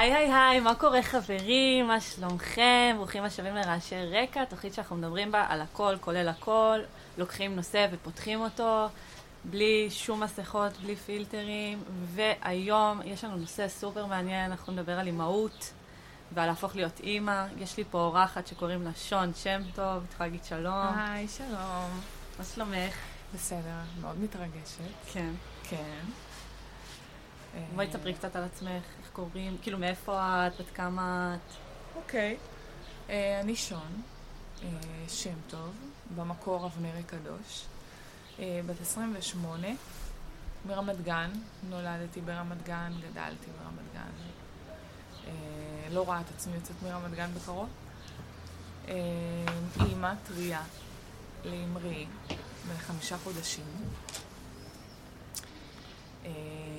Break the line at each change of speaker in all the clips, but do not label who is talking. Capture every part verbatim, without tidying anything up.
היי היי היי, מה קורה חברים? מה שלומכם? ברוכים השבים לרעשי רקע, תוכנית שאנחנו מדברים בה על הכל, כולל הכל, לוקחים נושא ופותחים אותו, בלי שום מסכות, בלי פילטרים, והיום יש לנו נושא סופר מעניין, אנחנו נדבר על אימהות ועל להפוך להיות אימא. יש לי פה אורחת שקוראים לה שון שם טוב, צריכה להגיד שלום.
היי, שלום.
מה שלומך?
בסדר, מאוד מתרגשת.
כן.
כן.
בואי תספרי קצת על עצמך, איך קוראים, כאילו מאיפה את, בת כמה את?
אוקיי. אה, אני שון, אה, שם טוב, במקור אבנרי קדוש, אה, בת עשרים ושמונה, מרמת גן, נולדתי ברמת גן, גדלתי ברמת גן. אה, לא רואה את עצמי יוצאת מרמת גן בקרוב. אה, אימא טריה לאמרי, בן חמישה חודשים. אה,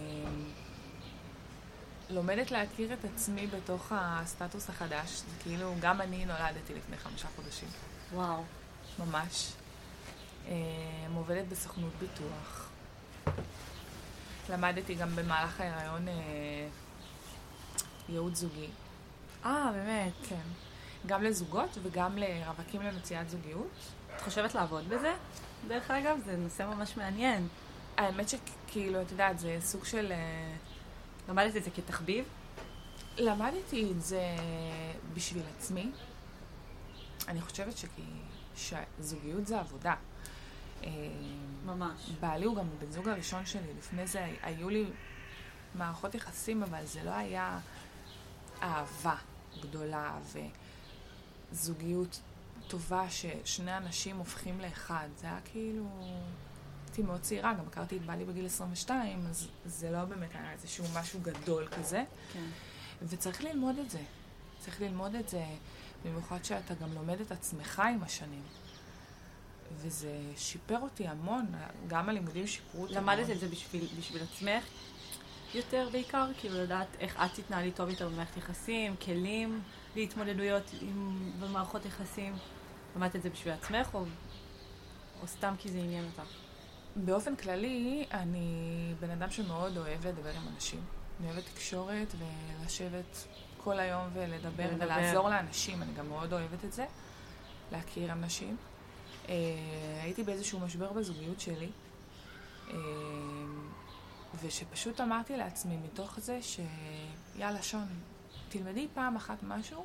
לומדת להכיר את עצמי בתוך הסטטוס החדש. זה כאילו, גם אני נולדתי לפני חמישה חודשים.
וואו.
ממש. אה, עובדת בסוכנות ביטוח. למדתי גם במהלך ההיריון אה, ייעוץ זוגי.
אה, באמת?
כן. גם לזוגות וגם לרווקים למציאת זוגיות.
את חושבת לעבוד בזה? דרך אגב, זה נושא ממש מעניין.
האמת שכאילו, את יודעת, זה סוג של...
למדת את זה כתחביב?
למדתי את זה בשביל עצמי. אני חושבת שכי... שזוגיות זה עבודה.
ממש.
בעלי הוא גם בן זוג הראשון שלי. לפני זה היו לי מערכות יחסים, אבל זה לא היה אהבה גדולה וזוגיות טובה ששני אנשים הופכים לאחד. זה היה כאילו... הייתי מאוד צעירה, גם הכרתי את בעלי בגיל עשרים ושתיים, אז זה לא באמת היה איזשהו משהו גדול כזה.
כן.
וצריך ללמוד את זה. צריך ללמוד את זה, במיוחד שאתה גם לומד את עצמך עם השנים. וזה שיפר אותי המון, גם הלימודים שיפרו אותי המון.
למדת את זה בשביל, בשביל עצמך יותר בעיקר? כאילו לדעת איך את תתנהלי טוב יותר במערכת יחסים, כלים להתמודדויות עם, במערכות יחסים. למדת את זה בשביל עצמך או, או סתם כי זה עניין אותך?
באופן כללי, אני בן אדם שמאוד אוהב לדבר עם אנשים. אני אוהבת תקשורת ולשבת כל היום ולדבר
ולדבר.
ולעזור לאנשים. אני גם מאוד אוהבת את זה, להכיר אנשים. אה, הייתי באיזשהו משבר בזוגיות שלי, אה, ושפשוט אמרתי לעצמי מתוך זה שיאללה שון, תלמדי פעם אחת משהו,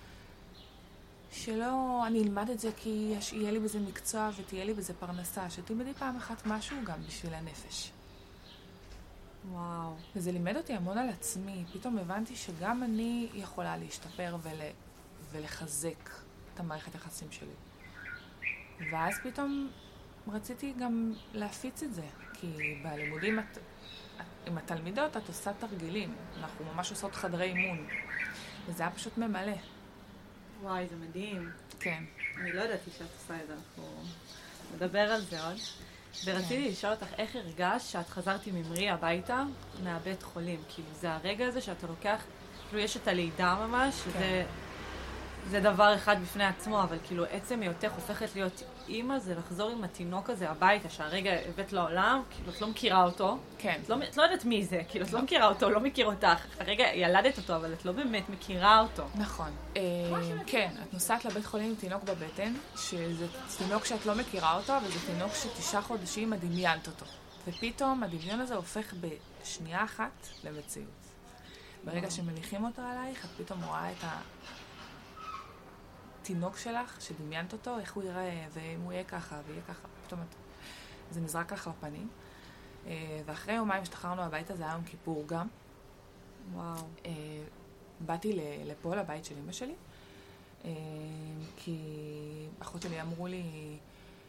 שלא, אני אלמד את זה כי יש, יהיה לי בזה מקצוע ותהיה לי בזה פרנסה, שתלמדי פעם אחת משהו גם בשביל הנפש.
וואו.
וזה לימד אותי המון על עצמי. פתאום הבנתי שגם אני יכולה להשתפר ול, ולחזק את המערכת היחסים שלי. ואז פתאום רציתי גם להפיץ את זה, כי בלימודים את, עם התלמידות את עושה תרגילים. אנחנו ממש עושות חדרי אימון, וזה היה פשוט ממלא.
וואי, זה מדהים.
כן.
אני לא ידעתי שאת עושה את זה, אנחנו נדבר על זה עוד. ורציתי לשאול אותך, איך הרגשת שאת חזרתי ממרי הביתה מהבית חולים? כאילו, זה הרגע הזה שאתה לוקח, כאילו יש את הלידה ממש, שזה זה דבר אחד בפני עצמו, אבל כאילו עצם היותך הופכת להיות אימא, זה לחזור עם התינוק הזה הביתה, שהרגע הבאת לעולם, כאילו את לא מכירה אותו.
כן.
את לא, את לא יודעת מי זה, כאילו את לא מכירה אותו, לא מכיר אותך. הרגע ילדת אותו, אבל את לא באמת מכירה אותו.
נכון. כן, את נוסעת לבית חולים עם תינוק בבטן, שזה תינוק שאת לא מכירה אותו, אבל זה תינוק שתשעה חודשים את דמיינת אותו. ופתאום הדמיון הזה הופך בשנייה אחת למציאות. ברגע שמניחים אותו עלייך, את פתאום רואה את התינוק שלך, שדמיינת אותו, איך הוא ייראה, ואם הוא יהיה ככה, ויהיה ככה. פתאום את... זה נזרק לך לפנים. ואחרי יומיים השתחררנו הביתה, זה היה יום כיפור גם.
וואו.
באתי לפה, לבית של אמא שלי, כי אחות שלי אמרו לי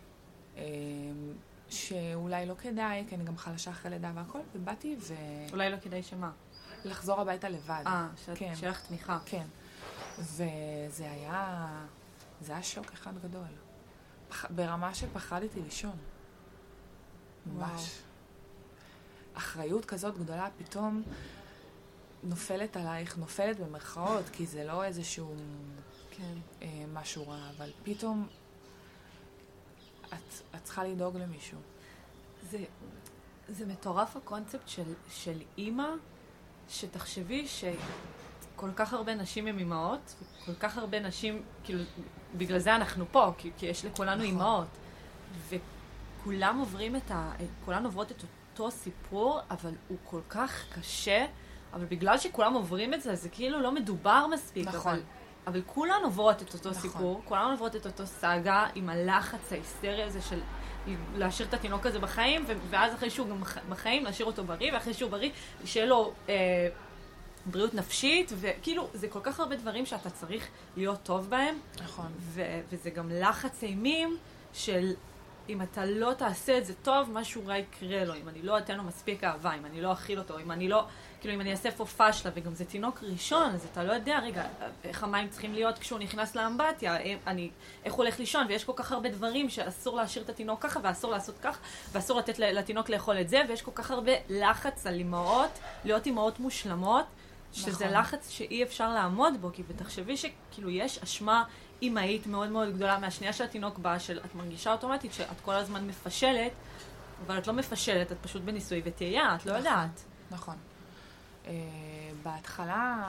שאולי לא כדאי, כי אני גם חלשה אחרי לידה והכל, ובאתי ו...
אולי לא כדאי שמה?
לחזור הביתה לבד.
אה, שיהיה לך תמיכה.
כן. וזה היה... זה היה שוק אחד גדול. ברמה שפחדתי לישון. ממש. אחריות כזאת גדולה פתאום נופלת עלייך, נופלת במרכאות, כי זה לא איזשהו
כן.
אה, משהו רע, אבל פתאום את, את צריכה לדאוג למישהו.
זה, זה מטורף הקונספט של, של אימא, שתחשבי ש... כל כך הרבה נשים הם אימהות, כל כך הרבה נשים, כאילו, בגלל זה אנחנו פה, כי, כי יש לכולנו אימהות. וכולם עוברים את ה... כולן עוברות את אותו סיפור, אבל הוא כל כך קשה, אבל בגלל שכולם עוברים את זה, זה כאילו לא מדובר מספיק.
נכון.
אבל, אבל כולן עוברות את אותו
נכון.
סיפור, כולן עוברות את אותו סאגה, עם הלחץ ההיסטרי הזה של להשאיר את התינוק הזה בחיים, ואז אחרי שהוא גם בחיים, להשאיר אותו בריא, ואחרי שהוא בריא, שיהיה לו... אה, בריאות נפשית, וכאילו, זה כל כך הרבה דברים שאתה צריך להיות טוב בהם.
נכון.
ו- וזה גם לחץ אימים של אם אתה לא תעשה את זה טוב, משהו רע יקרה לו, אם אני לא אתן לו מספיק אהבה, אם אני לא אכיל אותו, אם אני לא, כאילו, אם אני אעשה פה פשלה, וגם זה תינוק ראשון, אז אתה לא יודע, רגע, איך המים צריכים להיות כשהוא נכנס לאמבטיה, אני, איך הוא הולך לישון, ויש כל כך הרבה דברים שאסור להשאיר את התינוק ככה, ואסור לעשות כך, ואסור לתת לתינוק לאכול את זה, ויש כל כך הרבה לחץ על אימהות, להיות אימהות מושלמות, שזה נכון. לחץ שאי אפשר לעמוד בו, כי ותחשבי שכאילו יש אשמה אימהית מאוד מאוד גדולה מהשנייה של התינוק בא, של את מרגישה אוטומטית שאת כל הזמן מפשלת, אבל את לא מפשלת, את פשוט בניסוי וטעייה, את לא
נכון,
יודעת.
נכון. Uh, בהתחלה,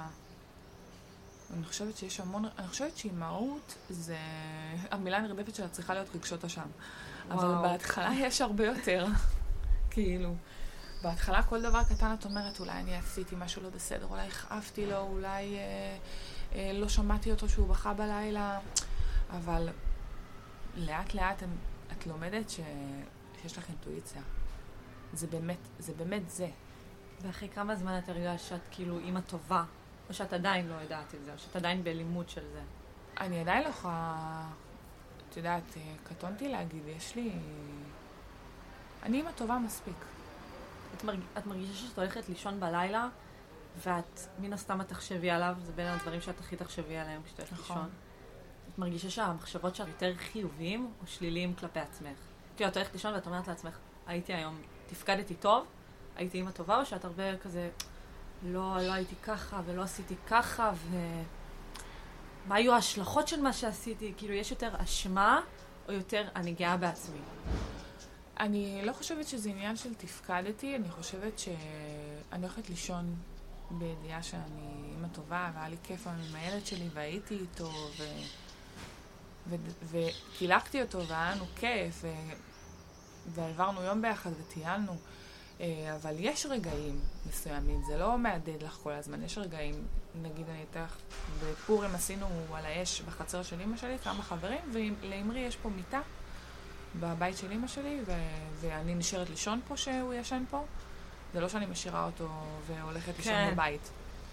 אני חושבת שיש המון, אני חושבת שאימהות זה, המילה הנרדפת שלה צריכה להיות רגשות אשם. אבל בהתחלה יש הרבה יותר, כאילו. בהתחלה כל דבר קטן את אומרת, אולי אני עשיתי משהו לא בסדר, אולי הכאבתי לו, אולי אה, אה, לא שמעתי אותו שהוא בכה בלילה, אבל לאט לאט את לומדת ש... שיש לך אינטואיציה. זה באמת, זה באמת זה.
ואחרי כמה זמן את הרגשת שאת כאילו אימא טובה, או שאת עדיין לא יודעת את זה, או שאת עדיין בלימוד של זה?
אני עדיין לא יכולה, את יודעת, קטונתי להגיד, יש לי... אני אימא טובה מספיק.
את, מרג... את מרגישה שאת הולכת לישון בלילה, ואת מן הסתם את תחשבי עליו, זה בין הדברים שאת הכי תחשבי עליהם כשאת הולכת
נכון.
לישון. את מרגישה שהמחשבות שלך יותר חיוביים או שליליים כלפי עצמך? כאילו, את הולכת לישון ואת אומרת לעצמך, הייתי היום, תפקדתי טוב, הייתי אימא טובה, או שאת הרבה כזה, לא, לא הייתי ככה ולא עשיתי ככה, ומה היו ההשלכות של מה שעשיתי? כאילו, יש יותר אשמה או יותר אני גאה בעצמי?
אני לא חושבת שזה עניין של תפקדתי, אני חושבת שאני הולכת לישון בידיעה שאני אימא טובה, והיה לי כיף עם הילד שלי, והייתי איתו, ו... ו... וקילחתי אותו, והיה לנו כיף, ו... ועברנו יום ביחד וטיילנו. אבל יש רגעים מסוימים, זה לא מעדד לך כל הזמן, יש רגעים, נגיד אני איתך, בפורים עשינו על האש בחצר של אמא שלי, כמה חברים, ולאמרי יש פה מיטה, בבית של אמא שלי, ו- ואני נשארת לישון פה שהוא ישן פה. זה לא שאני משאירה אותו והולכת לישון כן. בבית.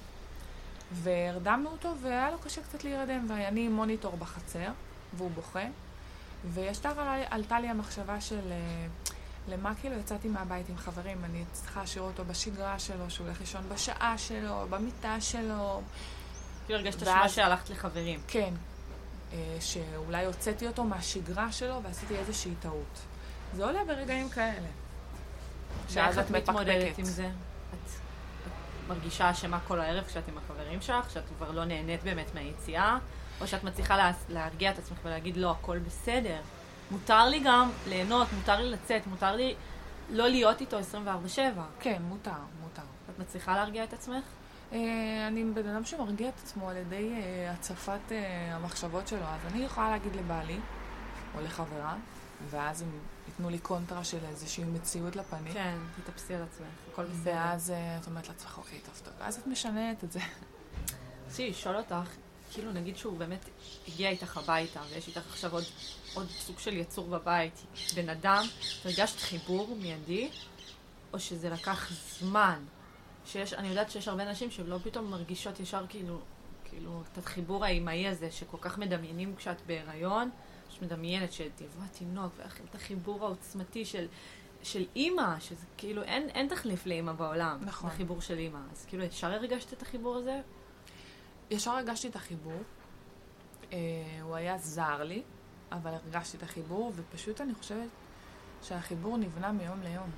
והרדמנו אותו, והיה לו קשה קצת להירדם, ואני עם מוניטור בחצר, והוא בוכה. וישתר עלתה לי המחשבה של למה כאילו יצאתי מהבית עם חברים, אני צריכה להשאיר אותו בשגרה שלו, שהוא הולך לישון בשעה שלו, במיטה שלו.
כאילו הרגשת אשמה שהלכת לחברים.
כן. שאולי הוצאתי אותו מהשגרה שלו ועשיתי איזושהי טעות. זה עולה ברגעים כאלה.
שאז את מתמודדת עם זה? את מרגישה אשמה כל הערב כשאת עם החברים שלך, שאת כבר לא נהנית באמת מהיציאה, או שאת מצליחה להרגיע את עצמך ולהגיד לא, הכל בסדר. מותר לי גם ליהנות, מותר לי לצאת, מותר לי לא להיות איתו עשרים וארבע שבע.
כן, מותר, מותר.
את מצליחה להרגיע את עצמך?
אני בן אדם שמרגיע את עצמו על ידי הצפת המחשבות שלו, אז אני יכולה להגיד לבעלי או לחברה, ואז הם ייתנו לי קונטרה של איזושהי מציאות לפנים.
כן, תתאפסי על עצמך, הכל בסדר.
ואז את אומרת לעצמך, אוקיי, טוב טוב, ואז את משנעת את זה.
רציתי לשאול אותך, כאילו נגיד שהוא באמת הגיע איתך הביתה, ויש איתך עכשיו עוד, עוד סוג של יצור בבית, בן אדם, הרגשת חיבור מיידי, או שזה לקח זמן? שיש, אני יודעת שיש הרבה נשים שלא פתאום מרגישות ישר כאילו, כאילו, את החיבור האימהי הזה, שכל כך מדמיינים כשאת בהיריון, שמדמיינת שתבוא התינוק, ואת החיבור העוצמתי של, של אימא, שזה כאילו, אין, אין תחליף לאימא בעולם.
נכון.
החיבור של אימא. אז כאילו, ישר הרגשת את החיבור הזה?
ישר הרגשתי את החיבור. אה, הוא היה זר לי, אבל הרגשתי את החיבור, ופשוט אני חושבת שהחיבור נבנה מיום ליום.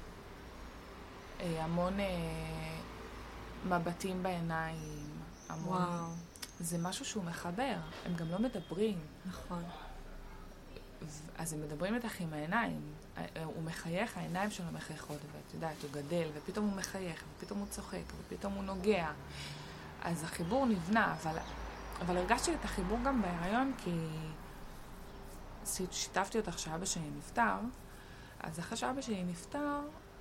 אה, המון... אה, מבטים בעיניים, המון.
וואו.
זה משהו שהוא מחבר, הם גם לא מדברים.
נכון.
אז הם מדברים איתך עם העיניים. הוא מחייך, העיניים שלו מחייכות, ואת יודעת, הוא גדל, ופתאום הוא מחייך, ופתאום הוא צוחק, ופתאום הוא נוגע. אז החיבור נבנה, אבל, אבל הרגשתי את החיבור גם בהיריון, כי שיתפתי אותך שאבא שלי נפטר, אז אחרי שאבא שלי נפטר,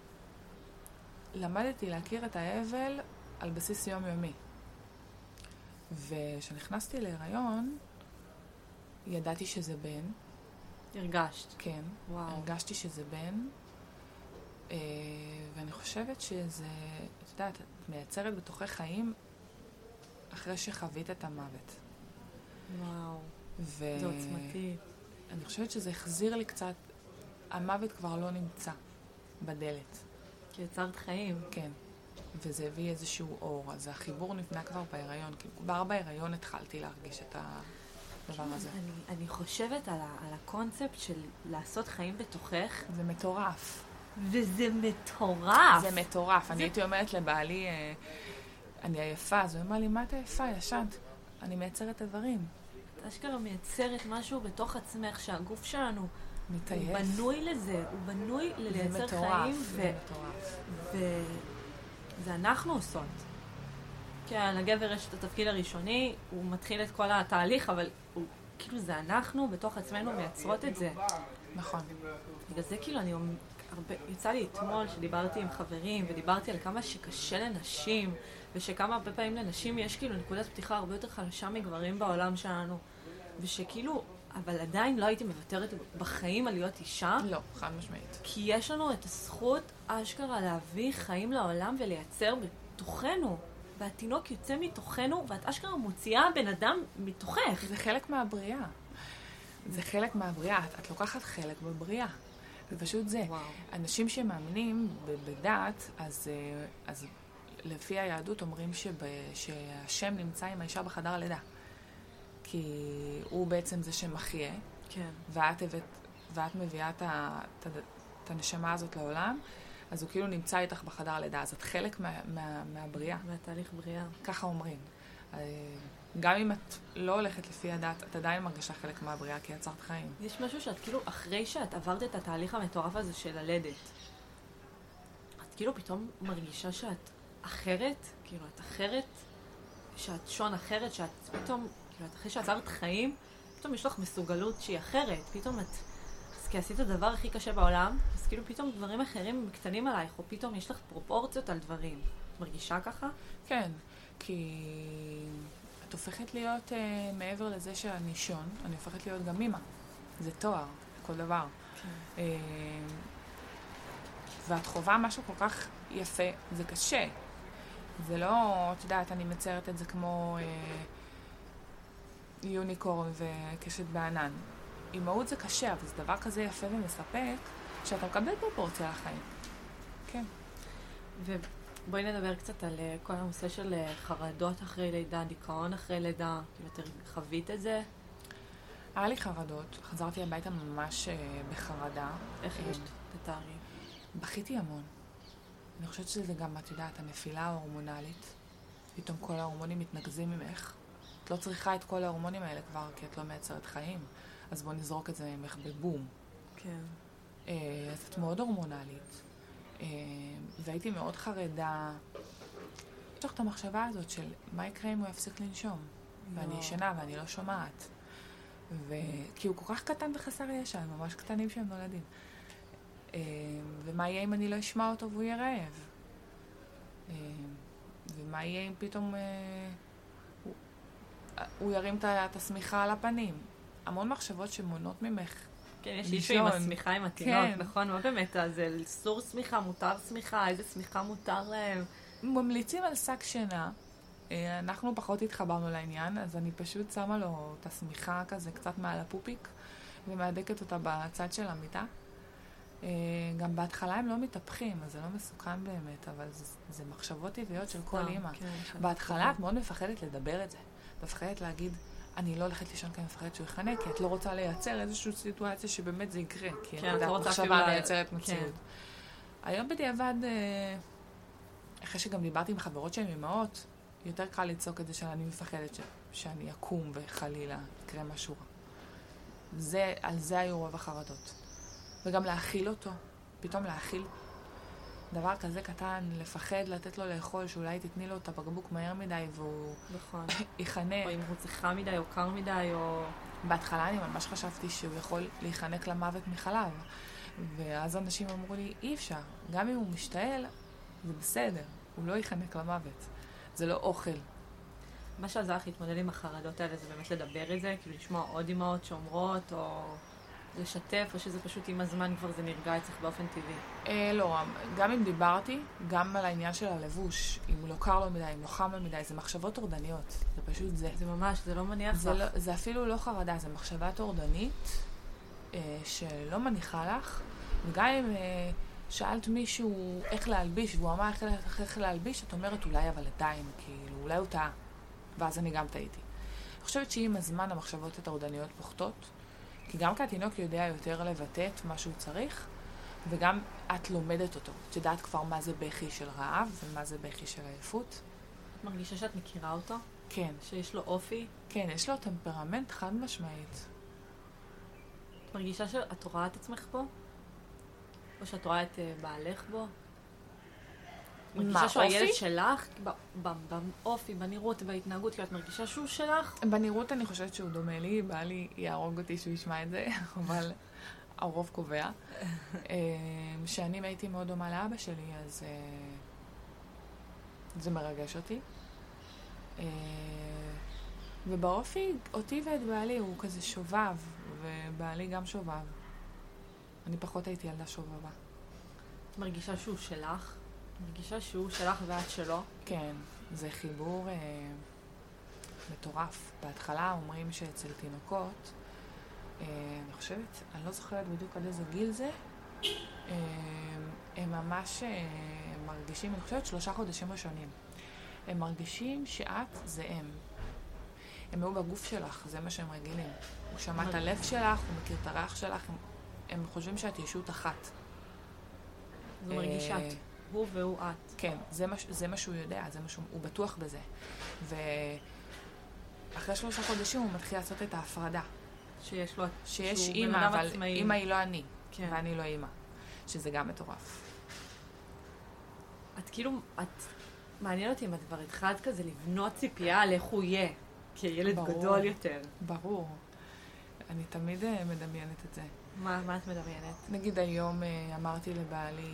למדתי להכיר את האבל על בסיס יומיומי. וכשנכנסתי להיריון, ידעתי שזה בן.
הרגשת?
כן.
וואו.
הרגשתי שזה בן. אה, ואני חושבת שזה, את יודעת, את מייצרת בתוכך חיים אחרי שחווית את המוות.
וואו.
ו...
זה עוצמתי.
אני חושבת שזה החזיר לי קצת, המוות כבר לא נמצא בדלת.
כי יצרת חיים.
כן. וזה הביא איזשהו אור. אז החיבור נבנה כבר בהיריון. כי כבר בהיריון התחלתי להרגיש את הדבר הזה.
אני, אני חושבת על, ה, על הקונספט של לעשות חיים בתוכך.
זה מטורף.
וזה מטורף.
זה מטורף. זה... אני הייתי אומרת לבעלי, אה, אני עייפה, אז הוא אמר לי, מה אתה עייפה? ישנת. אני מייצרת את הדברים.
את אשכרה מייצרת משהו בתוך עצמך, שהגוף שלנו
מתעייף.
הוא בנוי לזה, הוא בנוי לייצר
מטורף,
חיים.
זה מטורף.
וזה אנחנו עושות. כן, לגבר יש את התפקיד הראשוני, הוא מתחיל את כל התהליך, אבל הוא, כאילו זה אנחנו בתוך עצמנו מייצרות את זה.
נכון.
בגלל זה כאילו אני הרבה, יצא לי אתמול שדיברתי עם חברים ודיברתי על כמה שקשה לנשים ושכמה הרבה פעמים לנשים יש כאילו נקודת פתיחה הרבה יותר חלשה מגברים בעולם שלנו ושכאילו, אבל עדיין לא הייתי מוותרת בחיים על להיות אישה.
לא, חד משמעית.
כי יש לנו את הזכות אשכרה להביא חיים לעולם ולייצר בתוכנו. והתינוק יוצא מתוכנו ואת אשכרה מוציאה בן אדם מתוכך.
זה חלק מהבריאה. זה חלק מהבריאה. את, את לוקחת חלק בבריאה. זה פשוט זה.
וואו.
אנשים שמאמינים בדת, אז, אז לפי היהדות אומרים שב, שהשם נמצא עם האישה בחדר הלידה. כי הוא בעצם זה שמחיה.
כן.
ואת, הבאת, ואת מביאה את, ה, את, את הנשמה הזאת לעולם, אז הוא כאילו נמצא איתך בחדר הלידה. אז את חלק מה, מה, מהבריאה.
מהתהליך בריאה.
ככה אומרים. גם אם את לא הולכת לפי הדת, את עדיין מרגישה חלק מהבריאה, כי יצרת חיים.
יש משהו שאת כאילו, אחרי שאת עברת את התהליך המטורף הזה של הלדת, את כאילו פתאום מרגישה שאת אחרת, כאילו את אחרת, שאת שון אחרת, שאת פתאום, כאילו את אחרי שעצרת חיים, פתאום יש לך מסוגלות שהיא אחרת, פתאום את, אז כי עשית הדבר הכי קשה בעולם, אז כאילו פתאום דברים אחרים קטנים עלייך, או פתאום יש לך פרופורציות על דברים. מרגישה ככה?
כן, כי את הופכת להיות, אה, מעבר לזה שאני שון, אני הופכת להיות גם אימא. זה תואר, כל דבר.
כן.
אה, ואת חובה משהו כל כך יפה, זה קשה. זה לא, את יודעת, אני מציירת את זה כמו אה, יוניקורן וקשת בענן. אימהות זה קשה, אבל זה דבר כזה יפה ומספק, שאתה מקבל פרופורציה לחיים. כן.
ובואי נדבר קצת על uh, כל הנושא של uh, חרדות אחרי לידה, דיכאון אחרי לידה. כאילו, אתה חווית את זה?
היה לי חרדות, חזרתי הביתה ממש uh, בחרדה.
איך הרגשת? תתארי.
בכיתי המון. אני חושבת שזה גם, את יודעת, הנפילה ההורמונלית. פתאום כל ההורמונים מתנגזים ממך. את לא צריכה את כל ההורמונים האלה כבר, כי את לא מייצרת חיים. אז בוא נזרוק את זה ממך בבום.
כן.
Uh, אז את מאוד הורמונלית. Uh, והייתי מאוד חרדה. יש לך את המחשבה הזאת של מה יקרה אם הוא יפסיק לנשום. לא. ואני ישנה ואני לא שומעת. ו... כי הוא כל כך קטן וחסר ישע, הם ממש קטנים שהם נולדים. Uh, ומה יהיה אם אני לא אשמע אותו והוא יהיה רעב? Uh, ומה יהיה אם פתאום uh, הוא, uh, הוא ירים את השמיכה על הפנים? המון מחשבות שמונות ממך.
כן, יש אישו עם השמיכה עם התינוק, כן. נכון? מה באמת? אז סור שמיכה, מותר שמיכה, איזה שמיכה מותר להם?
ממליצים על שק שינה. אנחנו פחות התחברנו לעניין, אז אני פשוט שמה לו את השמיכה כזה קצת מעל הפופיק, ומהדקת אותה בצד של המיטה. גם בהתחלה הם לא מתהפכים, אז זה לא מסוכן באמת, אבל זה, זה מחשבות טבעיות של כל אימא. כן, בהתחלה את מאוד מפחדת לדבר את זה. מפחדת להגיד, אני לא הולכת לישון כי אני מפחדת שהוא יחנה, כי את לא רוצה לייצר איזושהי סיטואציה שבאמת זה יקרה, כי
כן,
את
יודעת,
מחשבה מייצרת מציאות.
כן.
היום בדיעבד, אחרי שגם דיברתי עם חברות שהן אמהות, יותר קל לצעוק את זה שאני מפחדת ש... שאני אקום וחלילה יקרה משהו רע. זה, על זה היו רוב החרדות. וגם להכיל אותו, פתאום להכיל. דבר כזה קטן, לפחד לתת לו לאכול, שאולי תתני לו את הבקבוק מהר מדי והוא
נכון.
יחנק.
או אם הוא צריכה מדי או קר מדי או...
בהתחלה אני ממש חשבתי שהוא יכול להיחנק למוות מחלב. ואז אנשים אמרו לי, אי אפשר. גם אם הוא משתעל, זה בסדר. הוא לא ייחנק למוות. זה לא אוכל.
מה שעזר לך להתמודד עם החרדות האלה זה באמת לדבר את זה, כאילו לשמוע עוד אמהות שאומרות, או לשתף, או שזה פשוט עם הזמן כבר זה נרגע אצלך באופן טבעי?
אה, לא, גם אם דיברתי, גם על העניין של הלבוש, אם לא קר לו מדי, אם לא חם לו מדי, זה מחשבות טורדניות. זה פשוט זה.
זה ממש, זה לא מניח
זה,
לך.
לא, זה אפילו לא חרדה, זה מחשבה טורדנית אה, שלא מניחה לך. וגם אם אה, שאלת מישהו איך להלביש, והוא אמר איך, איך להלביש, את אומרת אולי אבל עדיין, כאילו, אולי הוא טעה. ואז אני גם טעיתי. אני חושבת שעם הזמן המחשבות הטורדניות פוחתות, כי גם כי התינוק יודע יותר לבטא את מה שהוא צריך, וגם את לומדת אותו. את יודעת כבר מה זה בכי של רעב, ומה זה בכי של עייפות.
את מרגישה שאת מכירה אותו?
כן.
שיש לו אופי?
כן, יש לו טמפרמנט חד משמעית.
את מרגישה שאת רואה את עצמך בו? או שאת רואה את uh, בעלך בו?
מה,
מרגישה שהוא
אופי?
הילד שלך? באופי, בנראות, בהתנהגות, כי את מרגישה שהוא שלך?
בנראות אני חושבת שהוא דומה לי, בעלי יהרוג אותי שהוא ישמע את זה, אבל הרוב קובע. שאני הייתי מאוד דומה לאבא שלי, אז זה מרגש אותי. ובאופי, אותי ואת בעלי הוא כזה שובב, ובעלי גם שובב. אני פחות הייתי ילדה שובבה.
את מרגישה שהוא שלך? מרגישה שהוא שלך ואת שלו?
כן, זה חיבור אה, מטורף. בהתחלה אומרים שאצל תינוקות, אה, אני חושבת, אני לא זוכרת בדיוק עד איזה גיל זה, אה, הם ממש אה, מרגישים, אני חושבת שלושה חודשים ראשונים, הם מרגישים שאת זה הם. הם היו בגוף שלך, זה מה שהם רגילים. הוא שמע את הלב שלך, הוא מכיר את הריח שלך, הם, הם חושבים שאת ישות אחת.
זו מרגישה את. הוא והוא את.
כן, זה מה, זה מה שהוא יודע, זה מה שהוא, הוא בטוח בזה. ואחרי שלושה חודשים הוא מתחיל לעשות את ההפרדה.
שיש לו,
שיש אימא, אבל עצמאי. אימא היא לא אני,
כן.
ואני לא אימא. שזה גם מטורף.
את כאילו, את, מעניין אותי אם את כבר התחלת כזה לבנות ציפייה על איך הוא יהיה, כילד ברור, גדול יותר.
ברור. אני תמיד מדמיינת את זה.
מה, מה את מדמיינת?
נגיד היום אמרתי לבעלי,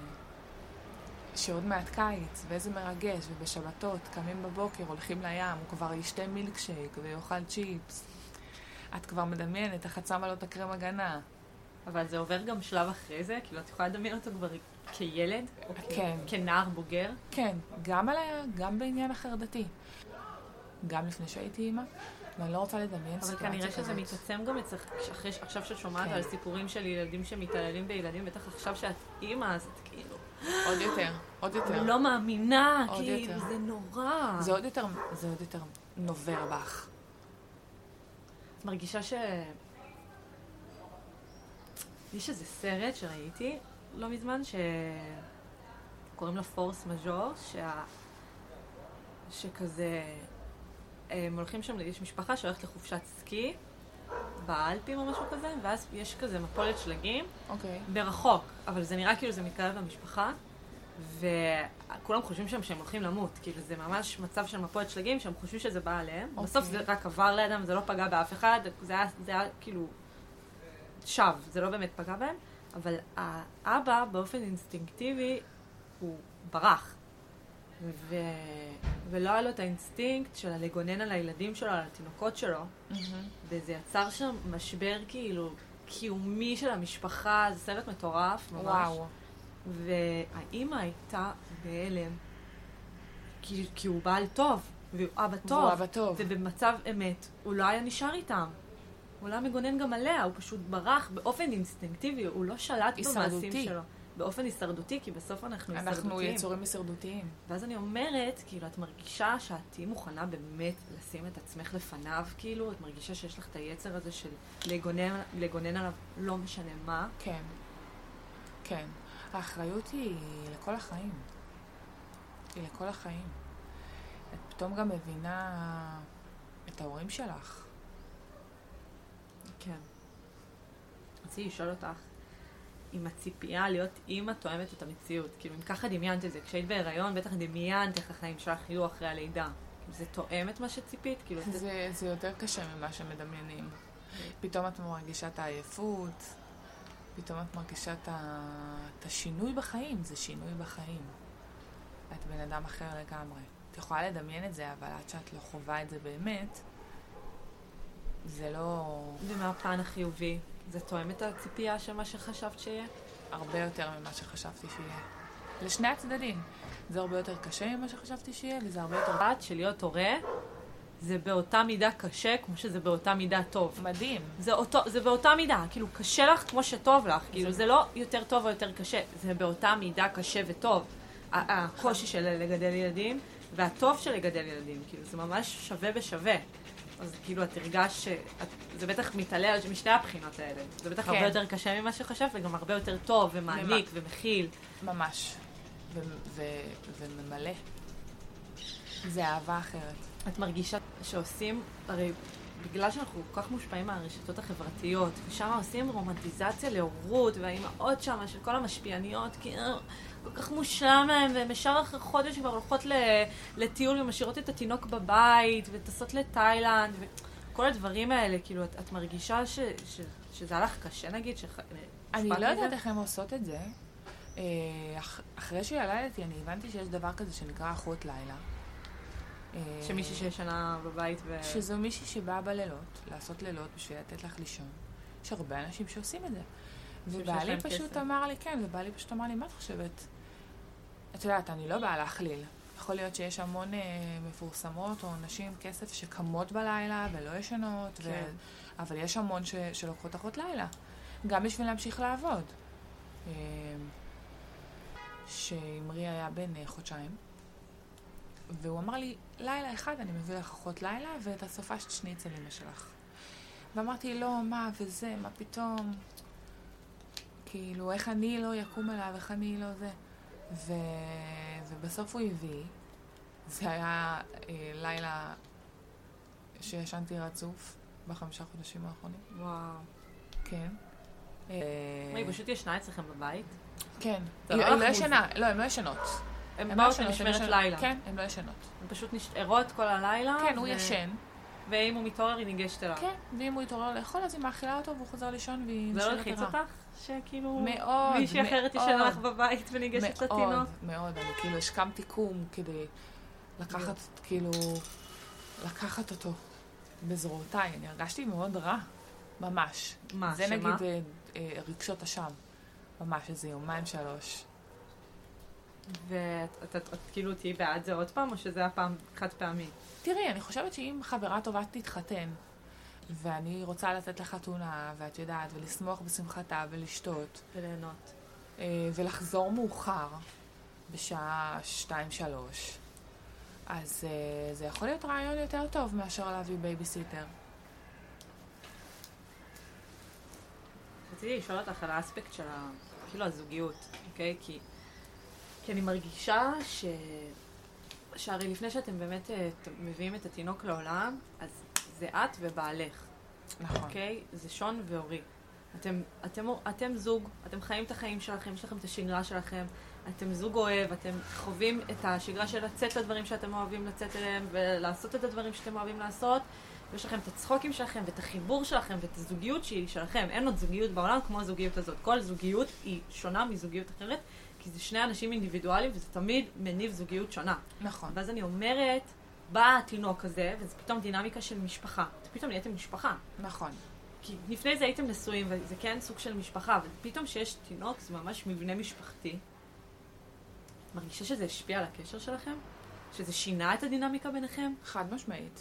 שעוד מעט קיץ, ואיזה מרגש, ובשבתות, קמים בבוקר, הולכים לים, הוא כבר ישתה מילקשייק ויאכל צ'יפס. את כבר מדמיינת, איך את שמה לו את הקרם הגנה.
אבל זה עובר גם שלב אחרי זה? כאילו, את יכולה לדמיין אותו כבר כילד? או
כן.
כנער בוגר?
כן, גם, על, גם בעניין החרדתי. גם לפני שהייתי אימא, ואני לא רוצה לדמיין סיטואציה כזאת.
אבל כנראה שזה מתעצם גם אצלך, עכשיו שאת שומעת על סיפורים של ילדים שמתעללים בילדים, בטח עכשיו שאת אימא, אז את כאילו...
עוד יותר, עוד יותר.
לא מאמינה, כאילו, זה נורא.
זה עוד יותר, זה עוד יותר נובר בך.
את מרגישה ש... יש איזה סרט שראיתי לא מזמן, שקוראים לו פורס מז'ור, שה... שכזה... הם הולכים שם, יש משפחה שהולכת לחופשת סקי באלפים או משהו כזה, ואז יש כזה מפולת שלגים
אוקיי.
ברחוק, אבל זה נראה כאילו זה מתקרב למשפחה, וכולם חושבים שם שהם הולכים למות, כאילו זה ממש מצב של מפולת שלגים שהם חושבים שזה בא עליהם, אוקיי. בסוף זה רק עבר לידם, זה לא פגע באף אחד, זה היה, זה היה כאילו שב, זה לא באמת פגע בהם, אבל האבא באופן אינסטינקטיבי הוא ברח. ו... ולא היה לו את האינסטינקט של לגונן על הילדים שלו, על התינוקות שלו, mm-hmm. וזה יצר שם משבר כאילו קיומי של המשפחה, זה סרט מטורף ממש. וואו. והאימא הייתה בהלם, כי, כי הוא בעל טוב, והוא אבא טוב,
והוא אבא טוב.
ובמצב אמת הוא לא היה נשאר איתם. הוא לא היה מגונן גם עליה, הוא פשוט ברח באופן אינסטינקטיבי, הוא לא שלט במעשים שלו. באופן הישרדותי, כי בסוף אנחנו הישרדותיים.
אנחנו יצורים הישרדותיים.
ואז אני אומרת, כאילו, את מרגישה שאת תהיי מוכנה באמת לשים את עצמך לפניו, כאילו, את מרגישה שיש לך את היצר הזה של לגונן, לגונן עליו לא משנה מה.
כן. כן. האחריות היא לכל החיים. היא לכל החיים. את פתאום גם מבינה את ההורים שלך.
כן. רציתי לשאול אותך, עם הציפייה להיות אימא תואמת את המציאות. כאילו, אם ככה דמיינת את זה, כשהיית בהיריון, בטח דמיינת איך החיים שלך יהיו אחרי הלידה. זה תואם את מה שציפית? כאילו,
זה, זה יותר קשה ממה שמדמיינים. פתאום את מרגישה את העייפות, פתאום את מרגישה את, ה... את השינוי בחיים, זה שינוי בחיים. את בן אדם אחר לגמרי. את יכולה לדמיין את זה, אבל עד שאת לא חווה את זה באמת, זה לא...
ומהפן החיובי, זה תואם את הציפייה של מה שחשבת שיהיה?
הרבה יותר ממה שחשבתי שיהיה. לשני הצדדים. זה הרבה יותר קשה ממה שחשבתי שיהיה, וזה הרבה יותר...
בת של להיות הורה, זה באותה מידה קשה, כמו שזה באותה מידה טוב.
מדהים.
זה, אותו, זה באותה מידה, כאילו קשה לך כמו שטוב לך, כאילו זה לא יותר טוב או יותר קשה, זה באותה מידה קשה וטוב. הקושי של לגדל ילדים, והטוב של לגדל ילדים, כאילו זה ממש שווה בשווה. אז כאילו את תרגש, זה בטח מתעלה משתי הבחינות האלה. זה בטח הרבה יותר קשה ממה שחשב, וגם הרבה יותר טוב ומעניק ומכיל.
ממש. וממלא. זה אהבה אחרת.
את מרגישה שעושים, הרי בגלל שאנחנו כל כך מושפעים מהרשתות החברתיות, ושם עושים רומנטיזציה להורות, והאימהות שם של כל המשפיעניות, כי כל כך מושלם להם, והם ישר אחרי חודש כבר הולכות לטיול ומשאירות את התינוק בבית, וטסות לתאילנד, וכל הדברים האלה, כאילו, את, את מרגישה ש, ש, שזה הלך קשה, נגיד? שח...
אני לא יודעת איך הם עושות את זה. אח, אחרי שילדתי, אני הבנתי שיש דבר כזה שנקרא אחות לילה.
שמישהי שישנה בבית ו...
שזו מישהי שבאה בלילות, לעשות לילות בשביל לתת לך לישון. יש הרבה אנשים שעושים את זה. ובעלי פשוט אמר לי, כן, ובעלי פשוט אמר לי, מה את חושבת? את יודעת, אני לא באה להכליל. יכול להיות שיש המון אה, מפורסמות או נשים כסף שקמות בלילה ולא ישנות, כן. ו... אבל יש המון ש... שלוקחות אחות לילה. גם בשביל להמשיך לעבוד. אה, שאמרי היה בן אה, חודשיים. והוא אמר לי, לילה אחד אני מביא לך אחות לילה, ואת הסופה שתשני אצל אמא שלך. ואמרתי, לא, מה, וזה, מה פתאום? כאילו, איך אני לא יקום אליו, איך אני לא זה. ו... ובסוף הוא הביא, זה היה אה, לילה שישנתי רצוף בחמישה חודשים האחרונים.
וואו.
כן.
מה, היא פשוט ישנה אצלכם בבית?
כן. היא לא ישנה, לא, הן לא ישנות.
הן באו למשמרת לילה.
כן, הן לא ישנות.
הן פשוט נשארות כל הלילה.
כן, הוא ישן.
ואם הוא מתעורר, היא ניגשת אליו.
כן, ואם הוא יתעורר לאכול, אז היא מאכילה אותו והוא חוזר לישון והיא
נשארת ערה. זה לא לחיץ אותך? שכאילו...
מאוד,
מישהי אחרת ישנה לך בבית וניגשת לתינוק?
מאוד, מאוד. אני כאילו השכמתי קום כדי לקחת, כאילו, לקחת אותו בזרועותיי. אני הרגשתי מאוד רע, ממש.
מה,
זה
שמה?
נגיד רגשות אשם. ממש, איזה יומיים שלוש.
ואת את, את, כאילו תהיי בעד זה עוד פעם, או שזה היה פעם חד פעמי?
תראי, אני חושבת שאם חברה טובה תתחתן, ואני רוצה לתת לך חתונה, ואת יודעת, ולשמוח בשמחתה, ולשתות.
וליהנות.
ולחזור מאוחר, בשעה שתיים שלוש, אז זה יכול להיות רעיון יותר טוב מאשר להביא בייביסיטר.
רציתי לשאול אותך על האספקט של ה... כאילו הזוגיות, אוקיי? כי... כי אני מרגישה ש... שהרי לפני שאתם באמת מביאים את התינוק לעולם, אז זה את ובעלך.
נכון.
אוקיי? זה שון ואורי. אתם, אתם, אתם זוג, אתם חיים את החיים שלכם, יש לכם את השגרה שלכם, אתם זוג אוהב, אתם חווים את השגרה של לצאת לדברים שאתם אוהבים לצאת אליהם, ולעשות את הדברים שאתם אוהבים לעשות, ויש לכם את הצחוקים שלכם, ואת החיבור שלכם, ואת הזוגיות שהיא שלכם. אין עוד זוגיות בעולם כמו הזוגיות הזאת. כל זוגיות היא שונה מזוגיות אחרת, כי זה שני אנשים אינדיבידואליים, וזה תמיד מניב זוגיות שונה.
נכון.
ואז אני אומרת, בא התינוק הזה, וזה פתאום דינמיקה של משפחה. פתאום נהייתם משפחה.
נכון.
כי לפני זה הייתם נשואים, וזה כן סוג של משפחה, ופתאום שיש תינוק, זה ממש מבנה משפחתי. מרגישה שזה השפיע על הקשר שלכם? שזה שינה את הדינמיקה ביניכם?
חד משמעית.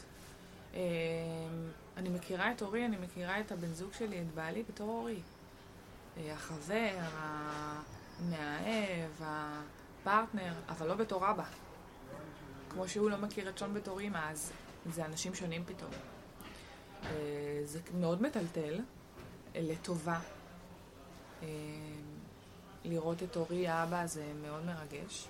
אני מכירה את אורי, אני מכירה את הבן זוג שלי, את בעלי, בתור אורי. החבר, המאהב, הפרטנר, אבל לא בתור אבא. כמו שהוא לא מכיר את שון בתור אמא, אז זה אנשים שונים פתאום. זה מאוד מטלטל, לטובה. לראות את אורי האבא זה מאוד מרגש.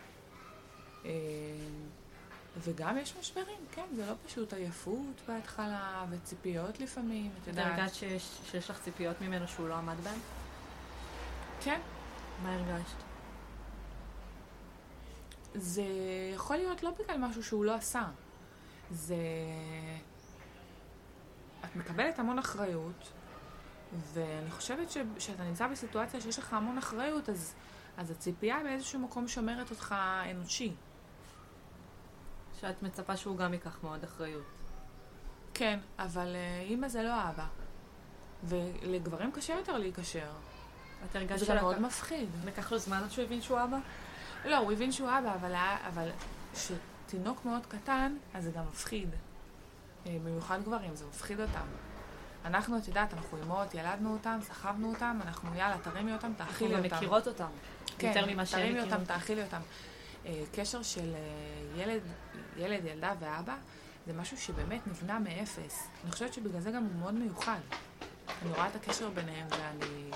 וגם יש משברים, כן, זה לא פשוט עייפות בהתחלה, וציפיות לפעמים, את יודעת.
את הרגעת שיש, שיש לך ציפיות ממנו שהוא לא עמד בהן?
כן.
מה הרגשת?
זה יכול להיות לא בגלל משהו שהוא לא עשה. זה... את מקבלת המון אחריות, ואני חושבת שכשאתה נמצא בסיטואציה שיש לך המון אחריות, אז, אז הציפייה באיזשהו מקום שומרת אותך אנושי.
שאת מצפה שהוא גם ייקח מאוד אחריות.
כן, אבל uh, אמא זה לא אבא. ולגברים קשה יותר להיקשר.
את הרגשת
זה גם מאוד מפחיד.
לקח לו זמן עד שהוא הבין שהוא אבא?
לא, הוא הבין שהוא אבא, אבל, אבל שתינוק מאוד קטן, אז זה גם מפחיד. במיוחד גברים, זה מפחיד אותם. אנחנו, את יודעת, אנחנו אימות, ילדנו אותם, סחבנו אותם, אנחנו יאללה, תרימי אותם, תאכילי אותם.
אנחנו מכירות אותם.
כן,
יותר ממה שהם
תרימי
מכירים.
אותם, תאכילי אותם. קשר של ילד, ילד, ילדה ואבא, זה משהו שבאמת נבנה מאפס. אני חושבת שבגלל זה גם הוא מאוד מיוחד. אני רואה את הקשר ביניהם ואני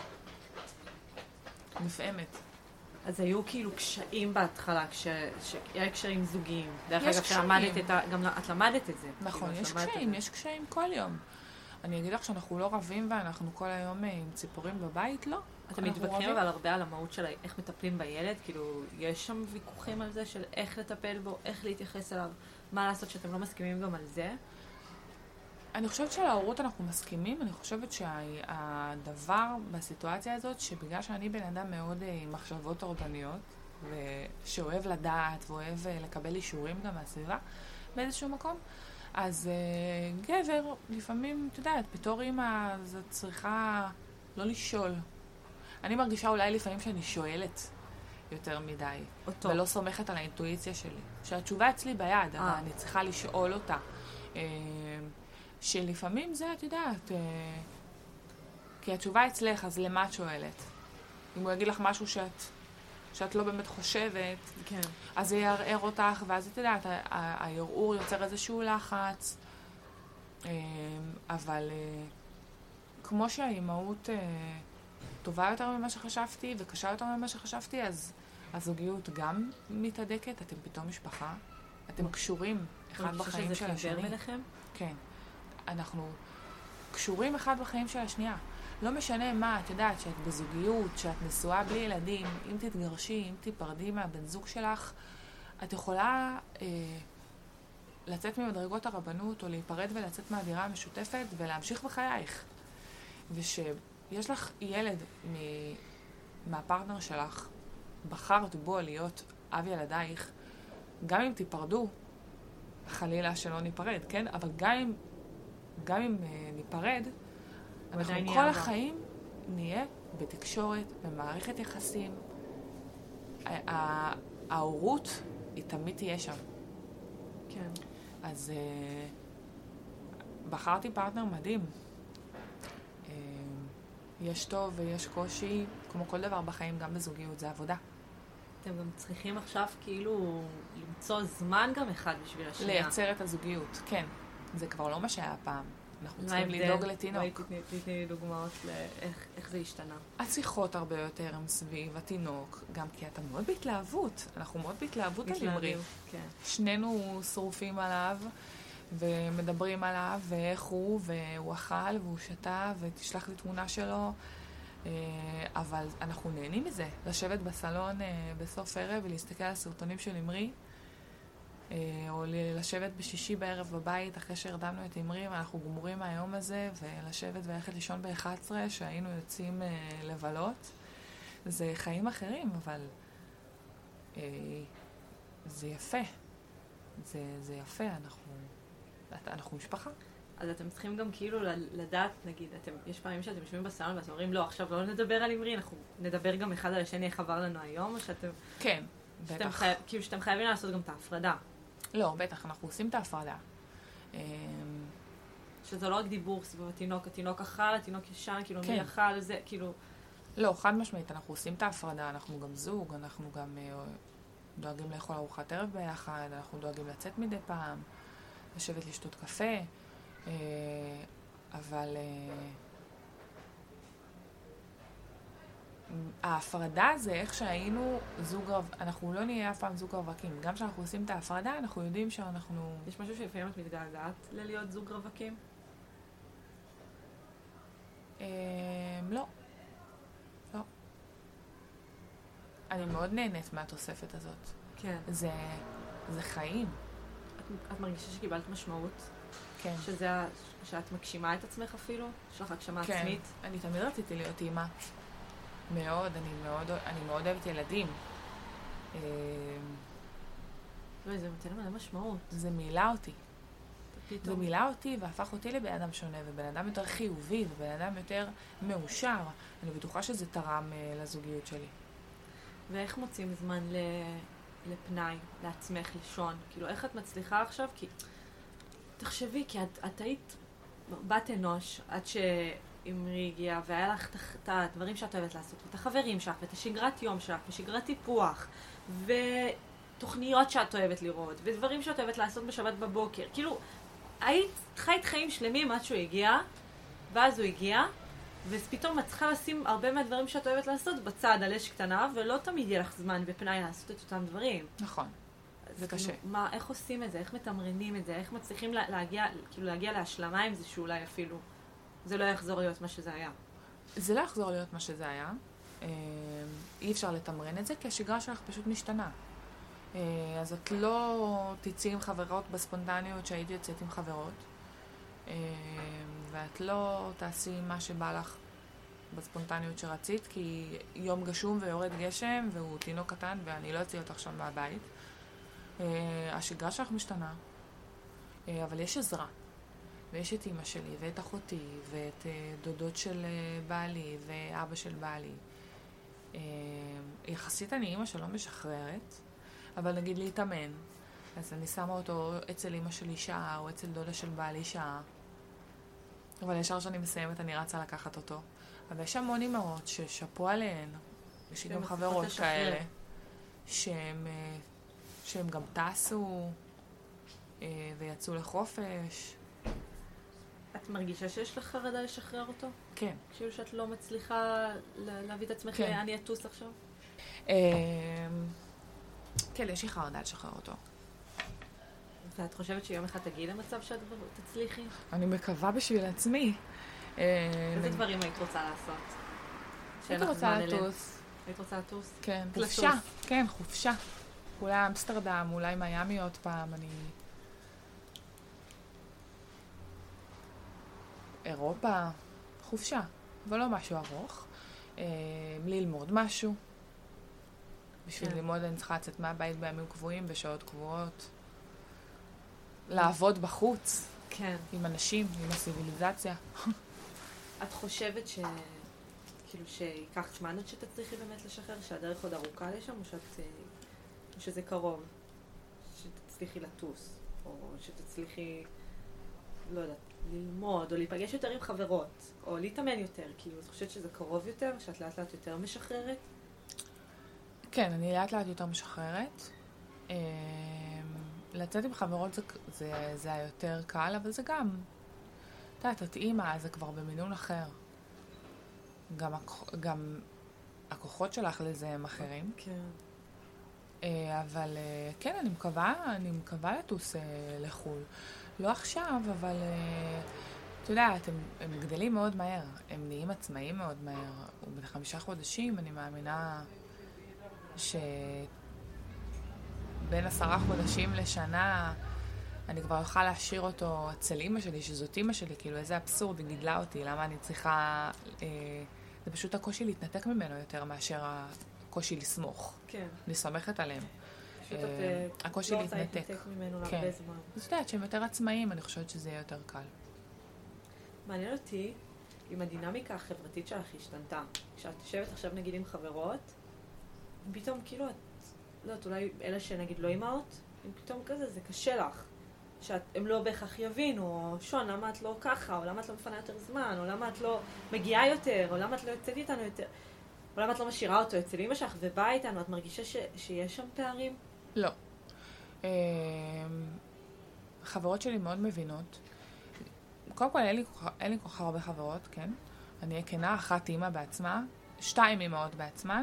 נפעמת.
אז היו כאילו קשיים בהתחלה, כשהיה קשרים זוגיים. דרך
יש
אגב,
קשיים.
שלמדת את ה... גם את למדת את זה.
נכון,
כאילו,
יש
את למדת
קשיים,
את
יש קשיים כל יום. אני אגיד לך שאנחנו לא רבים ואנחנו כל היום עם ציפורים בבית, לא.
אתם מתווכחים אבל הרבה על המהות של איך מטפלים בילד, כאילו, יש שם ויכוחים על זה של איך לטפל בו, איך להתייחס אליו, מה לעשות שאתם לא מסכימים גם על זה?
אני חושבת שעל ההורות אנחנו מסכימים, אני חושבת שהדבר בסיטואציה הזאת, שבגלל שאני בן אדם מאוד עם מחשבות טורדניות, ושאוהב לדעת ואוהב לקבל אישורים גם מהסביבה באיזשהו מקום, אז uh, גבר, לפעמים, אתה יודעת, בתור אימא, זאת צריכה לא לשאול. אני מרגישה אולי לפעמים שאני שואלת יותר מדי.
אותו.
ולא סומכת על האינטואיציה שלי. שהתשובה אצלי ביד, אבל אני צריכה לשאול אותה. Uh, שלפעמים זה, את יודעת, uh, כי התשובה אצלך, אז למה את שואלת? אם הוא יגיד לך משהו שאת... שאת לא באמת חושבת,
כן.
אז זה יערער אותך, ואז את יודעת, הערעור יוצר איזשהו לחץ, אבל כמו שהאימהות טובה יותר ממה שחשבתי, וקשה יותר ממה שחשבתי, אז הזוגיות גם מתהדקת, אתם פתאום משפחה, אתם קשורים אחד בחיים של השני.
חיבר ביניכם?
כן. אנחנו קשורים אחד בחיים של השנייה. לא משנה מה, את יודעת, שאת בזוגיות, שאת נשואה בלי ילדים, אם תתגרשי, אם תיפרדי מהבן זוג שלך, את יכולה אה, לצאת ממדרגות הרבנות, או להיפרד ולצאת מהדירה המשותפת, ולהמשיך בחייך. ושיש לך ילד מ... מהפרטנר שלך, בחרת בו להיות אב ילדייך, גם אם תיפרדו, חלילה שלא ניפרד, כן? אבל גם אם, גם אם אה, ניפרד, אנחנו כל
הבא.
החיים נהיה בתקשורת, במערכת יחסים. ההורות היא תמיד תהיה שם.
כן.
אז uh, בחרתי פרטנר מדהים. Uh, יש טוב ויש קושי, כמו כל דבר בחיים, גם בזוגיות, זה עבודה.
אתם גם צריכים עכשיו כאילו למצוא זמן גם אחד בשביל השנייה.
לייצר את הזוגיות, כן. זה כבר לא מה שהיה פעם. אנחנו צריכים לדאוג לתינוק.
תתני לי דוגמאות לאיך זה השתנה.
השיחות הרבה יותר הם סביב התינוק, גם כי אתה מאוד בהתלהבות. אנחנו מאוד בהתלהבות על אמרי. שנינו שרופים עליו, ומדברים עליו, ואיך הוא, והוא אכל, והוא שתה, ותשלח לי תמונה שלו. אבל אנחנו נהנים מזה. לשבת בסלון בסוף ערב ולהסתכל על סרטונים של אמרי, או לשבת בשישי בערב בבית אחרי שהרדמנו את אמרי ואנחנו גמורים מהיום הזה, ולשבת וללכת לישון ב-אחת עשרה שהיינו יוצאים לבלות. זה חיים אחרים, אבל אה, זה יפה. זה, זה יפה, אנחנו, אנחנו משפחה.
אז אתם צריכים גם כאילו לדעת, נגיד, אתם, יש פעמים שאתם יושבים בסלון ואתם אומרים, לא, עכשיו לא נדבר על אמרי, אנחנו נדבר גם אחד על השני איך עבר לנו היום, או שאתם...
כן, בטח.
חי... כאילו שאתם חייבים לעשות גם את ההפרדה.
לא, בטח, אנחנו עושים את ההפרדה.
שזה לא רק דיבור סביב התינוק, התינוק אכל, התינוק ישן, כאילו
כן.
מי אכל, זה כאילו...
לא, חד משמעית, אנחנו עושים את ההפרדה, אנחנו גם זוג, אנחנו גם דואגים לאכול ארוחת ערב ביחד, אנחנו דואגים לצאת מדי פעם, לשבת לשתות קפה, אבל ההפרדה זה איך שהיינו זוג רב... אנחנו לא נהיה אף פעם זוג רווקים. גם כשאנחנו עושים את ההפרדה, אנחנו יודעים שאנחנו...
יש משהו שלפעמים את מתגעגעת ללהיות זוג רווקים?
לא. לא. אני מאוד נהנית מהתוספת הזאת.
כן.
זה, זה חיים.
את, את מרגישה שקיבלת משמעות?
כן.
שזה, ה- שאת מגשימה את עצמך אפילו? יש לך הגשמה
כן.
עצמית?
אני תמיד רציתי להיות אימא. מאוד, אני מאוד, אני מאוד אוהבת ילדים. אה,
לא, זה נותן מלא משמעות.
זה מילא אותי. זה
פתאום.
מילא אותי והפך אותי לבן אדם שונה, ובן אדם יותר חיובי, ובן אדם יותר מאושר. אני בטוחה שזה תרם אה, לזוגיות שלי.
ואיך מוצאים זמן ל... לפנאי, לעצמך, לישון? כאילו, איך את מצליחה עכשיו? כי תחשבי, כי את, את היית בת אנוש עד שאמרי הגיעה, והיה לך את הדברים שאת אוהבת לעשות, ואת החברים שלך, ואת השגרת יום שלך, ושגרת טיפוח, ותוכניות שאת אוהבת לראות, ודברים שאת אוהבת לעשות בשבת בבוקר. כאילו, היית חיית חיים שלמים עד שהוא הגיע, ואז הוא הגיע, ופתאום את צריכה לשים הרבה מהדברים שאת אוהבת לעשות בצד על אש קטנה, ולא תמיד יהיה לך זמן ופנאי לעשות את אותם דברים.
נכון. זה
כאילו,
קשה.
מה, איך עושים את זה? איך מתמרנים את זה? איך מצליחים לה, להגיע, כאילו להגיע להשלמה עם זה שאולי אפילו זה לא יחזור להיות מה שזה היה?
זה לא יחזור להיות מה שזה היה. אה, אי אפשר לתמרן את זה, כי השגרה שלך פשוט משתנה. אה, אז את לא תצאי עם חברות בספונטניות שהייתי יוצאת עם חברות, אה, ואת לא תעשי מה שבא לך בספונטניות שרצית, כי יום גשום ויורד גשם והוא תינוק קטן ואני לא אציא אותך שם מהבית. Uh, השגרה שלך משתנה, uh, אבל יש עזרה, ויש את אמא שלי, ואת אחותי, ואת uh, דודות של uh, בעלי, ואבא של בעלי. Uh, יחסית אני אמא שלא משחררת, אבל נגיד להתאמן, אז אני שמה אותו אצל אמא שלי שעה, או אצל דודה של בעלי שעה, אבל ישר שאני מסיימת אני רצה לקחת אותו. אבל יש המון אמהות ששפו עליהן, יש לי גם חברות כאלה, שהם... Uh, שהם גם טסו אה, ויצאו לחופש.
את מרגישה שיש לך חרדה לשחרר אותו?
כן.
כאילו שאת לא מצליחה להביא את עצמך
כן.
לאן יטוס עכשיו?
אה, כן, יש לי חרדה לשחרר אותו.
ואת חושבת שיום אחד תגיעי למצב שאת תצליחי?
אני מקווה בשביל עצמי.
איזה דברים היית רוצה לעשות?
הייתי רוצה לטוס.
היית רוצה לטוס?
כן, חופשה. כן, חופשה. אולי אמסטרדם, אולי מיאמי עוד פעם, אני... אירופה, חופשה, אבל לא משהו ארוך. אה, ללמוד משהו. בשביל
כן.
ללמוד אני צריכה לצאת מהבית בימים קבועים, בשעות קבועות. לעבוד בחוץ.
כן.
עם אנשים, עם הסיביליזציה.
את חושבת ש... כאילו שיקח זמן עד שתצליחי באמת לשחרר, שהדרך עוד ארוכה לשם, או שאת... או שזה קרוב, שתצליחי לטוס, או שתצליחי, לא יודעת, ללמוד, או להיפגש יותר עם חברות, או להתאמן יותר, כאילו, את חושבת שזה קרוב יותר, שאת לאט לאט יותר משחררת?
כן, אני לאט לאט יותר משחררת. לצאת עם חברות זה, זה, זה היותר קל, אבל זה גם, אתה יודעת, את אימא, זה כבר במינון אחר. גם, גם הכוחות שלך לזה הם אחרים.
כן.
אבל כן, אני מקווה, אני מקווה לטוס לחול. לא עכשיו, אבל אתה יודעת, הם, הם גדלים מאוד מהר. הם נהיים עצמאיים מאוד מהר. ובחמישה חודשים אני מאמינה שבין עשרה חודשים לשנה אני כבר אוכל להשאיר אותו אצל אמא שלי, שזאת אמא שלי, כאילו איזה אבסורד, היא גידלה אותי, למה אני צריכה... אה, זה פשוט הקושי להתנתק ממנו יותר מאשר הקושי לסמוך.
כן.
אני סומכת עליהם.
פשוט את
הקושי
לא רוצה
להתנתק.
להתנתק ממנו להרבה זמן.
אז את יודעת שהם יותר עצמאיים, אני חושבת שזה יהיה יותר קל.
מעניין אותי אם הדינמיקה החברתית שלך השתנתה. כשאת יושבת עכשיו נגיד עם חברות, פתאום כאילו את, לא יודעת, אולי אלה שנגיד לא אימהות, אם פתאום כזה זה קשה לך. שהם לא בהכרח יבינו, או שון, למה את לא ככה, או למה את לא מפנה יותר זמן, או למה את לא מגיעה יותר, או למה את לא יוצאת איתנו יותר, או למה את לא משאירה אותו אצל אמא שלך ובאה איתנו, את מרגישה ש- שיש שם פערים?
לא. חברות שלי מאוד מבינות. קודם כל, אין לי, אין לי כל כך הרבה חברות, כן? אני אהיה כנה, אחת אימא בעצמה, שתיים אימהות בעצמן,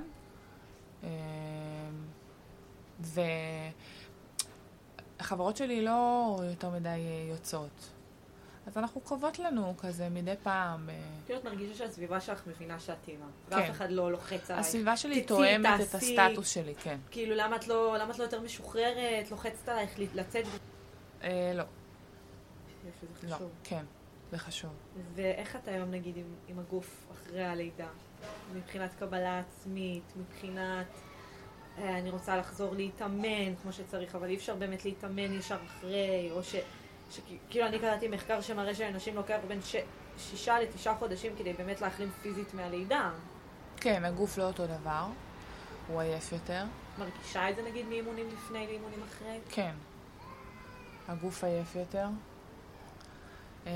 וחברות שלי לא יותר מדי יוצאות. אז אנחנו קרובות לנו כזה מדי פעם.
כאילו את מרגישה שהסביבה שלך מבינה שאת אימא.
כן.
ואף אחד לא לוחץ עלייך.
הסביבה שלי
תצאי,
תואמת את
תעשי.
הסטטוס שלי, כן.
כאילו למה את לא, למה את לא יותר משוחררת, לוחצת עלייך לצאת?
אה, לא.
זה
לא,
חשוב.
כן, זה חשוב.
ואיך את היום נגיד עם, עם הגוף אחרי הלידה? מבחינת קבלה עצמית, מבחינת אה, אני רוצה לחזור להתאמן כמו שצריך, אבל אי אפשר באמת להתאמן ישר אחרי, או ש... שכאילו אני קראתי מחקר שמראה שאנשים לוקח בין ש... שישה לתשעה חודשים כדי באמת להחלים פיזית מהלידה.
כן, הגוף לא אותו דבר, הוא עייף יותר.
מרגישה את זה נגיד מאימונים לפני לאימונים אחרי?
כן. הגוף עייף יותר. אמ,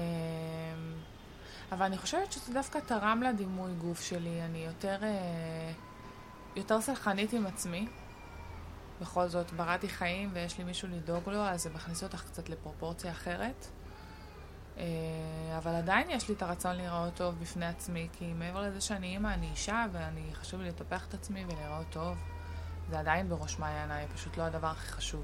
אבל אני חושבת שזה דווקא תרם לדימוי גוף שלי. אני יותר, אה, יותר סלחנית עם עצמי. בכל זאת, בראתי חיים ויש לי מישהו לדאוג לו, אז זה מכניס אותך קצת לפרופורציה אחרת. אה, אבל עדיין יש לי את הרצון להיראות טוב בפני עצמי, כי מעבר לזה שאני אימא, אני אישה, ואני חשוב לי לטפח את עצמי ולהיראות טוב. זה עדיין בראש מעייניי, פשוט לא הדבר הכי חשוב.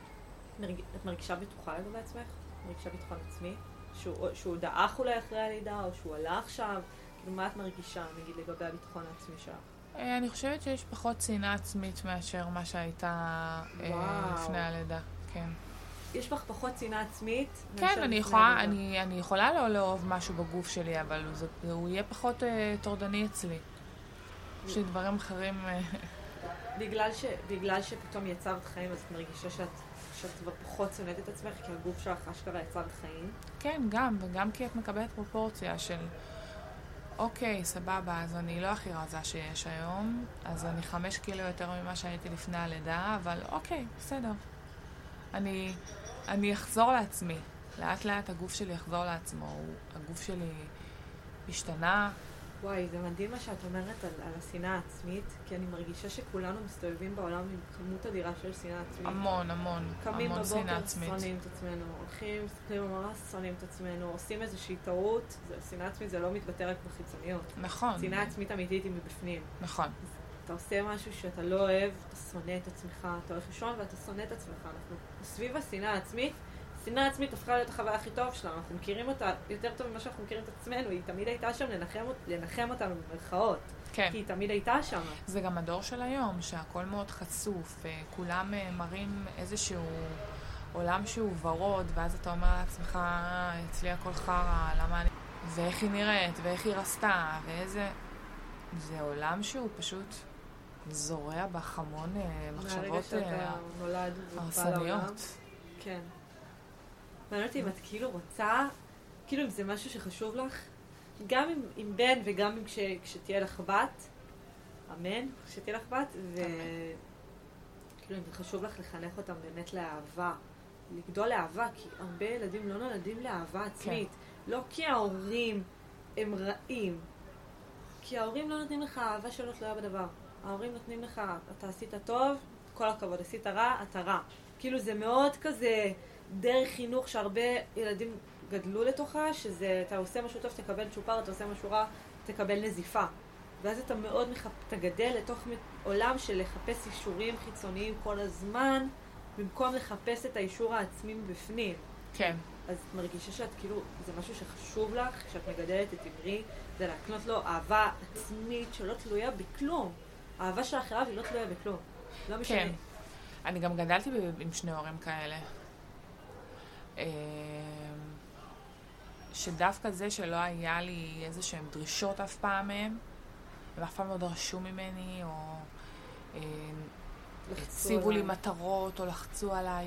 את מרגישה בטוחה לגבי עצמך? מרגישה ביטחון עצמי? שהוא, שהוא דאח אולי אחרי הלידה, או שהוא עלה עכשיו? כאילו, מה את מרגישה, נגיד, לגבי הביטחון העצמי שלך?
אני חושבת שיש פחות שנאה עצמית מאשר מה שהייתה
וואו.
לפני הלידה, כן.
יש בך פחות שנאה עצמית?
כן, אני יכולה, אני, אני יכולה לא לאהוב משהו בגוף שלי, אבל זה, הוא יהיה פחות אה, טורדני אצלי. יש לי דברים אחרים... אה...
בגלל, ש, בגלל שפתאום יצרת חיים, אז את מרגישה שאת, שאת כבר פחות שונאת את עצמך, כי הגוף שלך אשכרה יצר חיים?
כן, גם, וגם כי את מקבלת פרופורציה של... אוקיי, סבבה, אז אני לא הכי רזה שיש היום, אז אני חמש קילו יותר ממה שהייתי לפני הלידה, אבל אוקיי, בסדר. אני, אני אחזור לעצמי. לאט לאט הגוף שלי יחזור לעצמו. הגוף שלי השתנה.
וואי, זה מדהים מה שאת אומרת על, על השנאה העצמית, כי אני מרגישה שכולנו מסתובבים בעולם עם כמות אדירה של שנאה עצמית.
המון, המון,
קמים
המון שנאה
בבוקר,
עצמית.
שונאים את עצמנו, הולכים, מסתכלים ממש שונאים את עצמנו, עושים איזושהי טעות, זה, שנאה עצמית זה לא מתבטא רק בחיצוניות.
נכון.
שנאה עצמית אמיתית היא מבפנים.
נכון.
אתה עושה משהו שאתה לא אוהב, אתה שונא את עצמך, אתה הולך לישון ואתה שונא את עצמך. אנחנו סביב השנאה העצמית, השנאה העצמית הפכה להיות החוויה הכי טוב שלנו, אנחנו מכירים אותה יותר טוב ממה שאנחנו מכירים את עצמנו, היא תמיד הייתה שם לנחם, לנחם אותנו במרכאות.
כן.
כי היא תמיד הייתה שם.
זה גם הדור של היום, שהכל מאוד חשוף, כולם מראים איזשהו עולם שהוא ורוד, ואז אתה אומר לעצמך, אצלי הכל חרה, למה אני... ואיך היא נראית, ואיך היא רסתה, ואיזה... זה עולם שהוא פשוט זורע בך המון מחשבות
מהרגע שאתה נולד
הרסניות.
כן. מעניין אותי אם את כאילו רוצה, כאילו אם זה משהו שחשוב לך, גם עם, עם בן וגם עם כש, כשתהיה לך בת, אמן, כשתהיה לך בת, וכאילו אם זה חשוב לך לחנך אותם באמת לאהבה, לגדול לאהבה, כי הרבה ילדים לא נולדים לאהבה עצמית. כן. לא כי ההורים הם רעים, כי ההורים לא נותנים לך אהבה שלא תלויה בדבר. ההורים נותנים לך, אתה עשית טוב, כל הכבוד, עשית רע, אתה רע. כאילו זה מאוד כזה דרך חינוך שהרבה ילדים גדלו לתוכה, שזה, אתה עושה משהו טוב, תקבל צ'ופר, אתה עושה משהו רע, תקבל נזיפה. ואז אתה מאוד מחפ... אתה גדל לתוך עולם של לחפש אישורים חיצוניים כל הזמן, במקום לחפש את האישור העצמי מבפנים.
כן.
אז את מרגישה שאת כאילו, זה משהו שחשוב לך, כשאת מגדלת את אמרי, זה להקנות לו אהבה עצמית שלא תלויה בכלום. האהבה שלך אליו היא לא תלויה בכלום. לא משנה.
כן. אני גם גדלתי עם שני הורים כאלה. שדווקא זה שלא היה לי איזה שהם דרישות אף פעם מהם, הם אף פעם לא דרשו ממני, או הציבו לי מטרות, או לחצו עליי.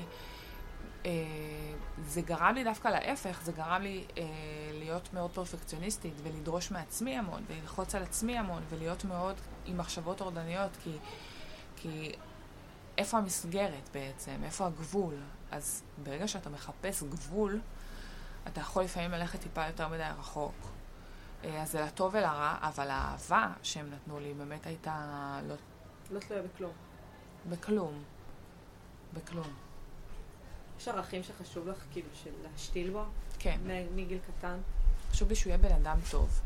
זה גרם לי דווקא להפך, זה גרם לי להיות מאוד פרפקציוניסטית, ולדרוש מעצמי המון, וללחוץ על עצמי המון, ולהיות מאוד עם מחשבות אורדניות, כי, כי איפה המסגרת בעצם? איפה הגבול? אז ברגע שאתה מחפש גבול, אתה יכול לפעמים ללכת טיפה יותר מדי רחוק. אז זה לטוב ולרע, אבל האהבה שהם נתנו לי באמת הייתה לא...
לא תלויה בכלום.
בכלום. בכלום.
יש ערכים שחשוב לך, כאילו, של להשתיל בו?
כן.
מגיל קטן?
חשוב לי שהוא יהיה בן אדם טוב.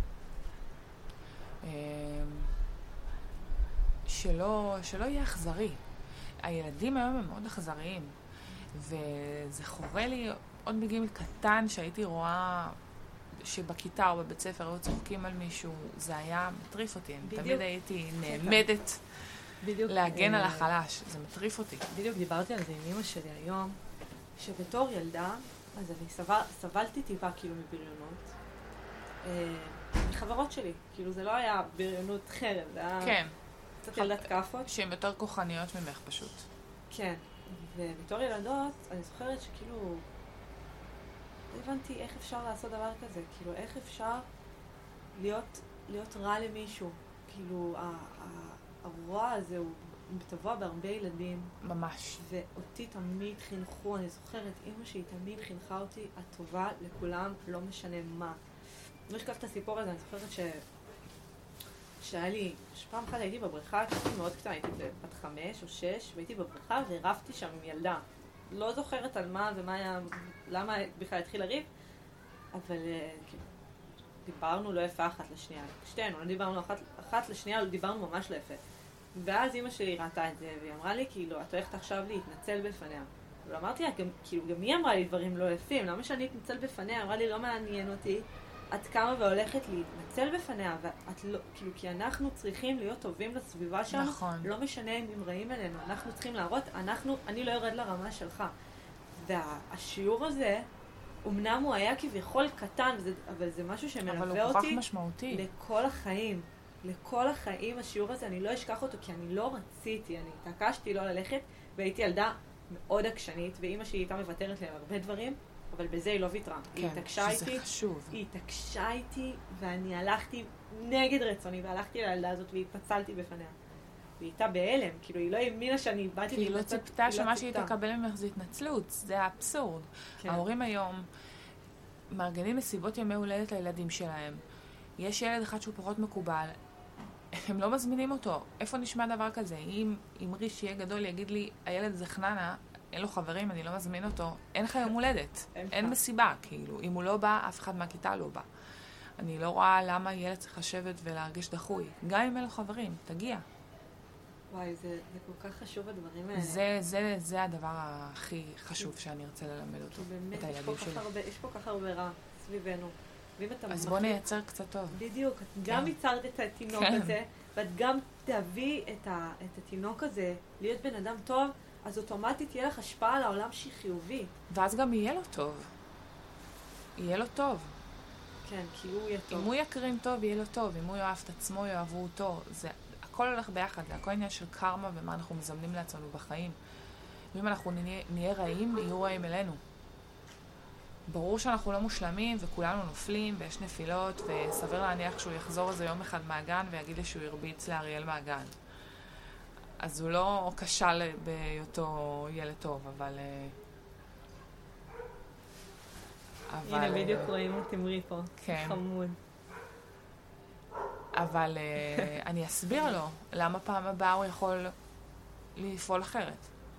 שלא, שלא יהיה אכזרי. הילדים היום הם מאוד אכזריים, וזה חורה לי עוד מגיל קטן שהייתי רואה שבכיתה או בבית ספר היו צוחקים על מישהו, זה היה מטריף אותי. אני תמיד הייתי נעמדת להגן על החלש, זה מטריף אותי.
בדיוק דיברתי על זה עם אמא שלי היום, שבתור ילדה, אז אני סבל, סבלתי טיפה כאילו מבריונות. אה, מחברות שלי, כאילו זה לא היה בריונות חרב, זה היה
כן.
קצת ילדת כאפות.
שהן יותר כוחניות ממך פשוט.
כן, ובתור ילדות, אני זוכרת שכאילו, לא הבנתי איך אפשר לעשות דבר כזה, כאילו איך אפשר להיות, להיות רע למישהו, כאילו ה, ה, הרוע הזה הוא טבוע בהרבה ילדים.
ממש.
ואותי תמיד חינכו, אני זוכרת, אמא שהיא תמיד חינכה אותי, הטובה לכולם, לא משנה מה. אני לא אשכח את הסיפור הזה, אני זוכרת ש... שהיה לי, שפעם אחת הייתי בבריכה, הייתי מאוד קטנה, הייתי בת חמש או שש, והייתי בבריכה ורבתי שם עם ילדה. לא זוכרת על מה ומה היה, למה בכלל התחיל לריב, אבל כאילו, דיברנו לא יפה אחת לשנייה. שתינו, לא דיברנו אחת, אחת לשנייה, לא דיברנו ממש לא יפה. ואז אמא שלי ראתה את זה, והיא אמרה לי, כאילו, את הולכת עכשיו להתנצל בפניה. אבל אמרתי לה, גם, כאילו, גם היא אמרה לי דברים לא יפים, למה שאני אתנצל בפניה? אמרה לי, לא מעניין אותי, את קמה והולכת להתנצל בפניה, ואת לא, כאילו, כי אנחנו צריכים להיות טובים לסביבה שלנו,
נכון.
לא משנה אם הם רעים אלינו, אנחנו צריכים להראות, אנחנו, אני לא יורד לרמה שלך. והשיעור הזה, אמנם הוא היה כביכול קטן, וזה, אבל זה משהו שמלווה אותי לכל החיים. לכל החיים השיעור הזה, אני לא אשכח אותו, כי אני לא רציתי, אני התעקשתי לא ללכת, והייתי ילדה מאוד עקשנית, ואמא שלי הייתה מוותרת לי על הרבה דברים, אבל בזה היא לא ויתרה.
כן,
היא התעקשה איתי,
חשוב.
היא התעקשה איתי, ואני הלכתי נגד רצוני, והלכתי לילדה הזאת, והתפצלתי בפניה. והיא הייתה בהלם, כאילו היא לא האמינה שאני באתי...
כי היא לא ציפתה שמה שהיא תקבל ממך זה התנצלות, זה האבסורד. כן. ההורים היום מארגנים מסיבות ימי הולדת לילדים שלהם. יש ילד אחד שהוא פחות מקובל, הם לא מזמינים אותו. איפה נשמע דבר כזה? אם, אם ריש יהיה גדול יגיד לי, הילד זה חננה, אין לו חברים, אני לא מזמין אותו, אין לך יום הולדת. אין, אין מסיבה, כאילו. אם הוא לא בא, אף אחד מהכיתה לא בא. אני לא רואה למה ילד צריך לשבת ולהרגיש דחוי. גם אם אין לו חברים, תגיע.
וואי, זה, זה כל כך חשוב הדברים האלה.
זה, זה, זה הדבר הכי חשוב שאני ארצה ללמד אותו,
באמת,
את הילדים שלי.
הרבה, יש פה כך הרבה רע סביבנו.
אז בוא נייצר קצת טוב.
בדיוק, את גם ייצרת את התינוק הזה, ואת גם תביא את, ה, את התינוק הזה להיות בן אדם טוב, אז אוטומטית תהיה לך השפעה על העולם שהיא חיובית.
ואז גם יהיה לו טוב. יהיה לו טוב.
כן, כי הוא יהיה טוב.
אם הוא יקרים טוב, יהיה לו טוב. אם הוא יאהב את עצמו, יאהבו אותו. זה, הכל הולך ביחד. זה הכל עניין של קרמה ומה אנחנו מזמנים לעצמנו בחיים. ואם אנחנו נהיה, נהיה רעים, יהיו רעים אלינו. ברור שאנחנו לא מושלמים וכולנו נופלים ויש נפילות, וסביר להניח שהוא יחזור איזה יום אחד מהגן ויגיד לי שהוא הרביץ לאריאל מהגן. אז הוא לא כשל בהיותו ילד טוב, אבל... אבל...
הנה, בדיוק רואים אותי מרי פה.
כן.
חמוד.
אבל אני אסביר לו למה פעם הבאה הוא יכול לפעול אחרת.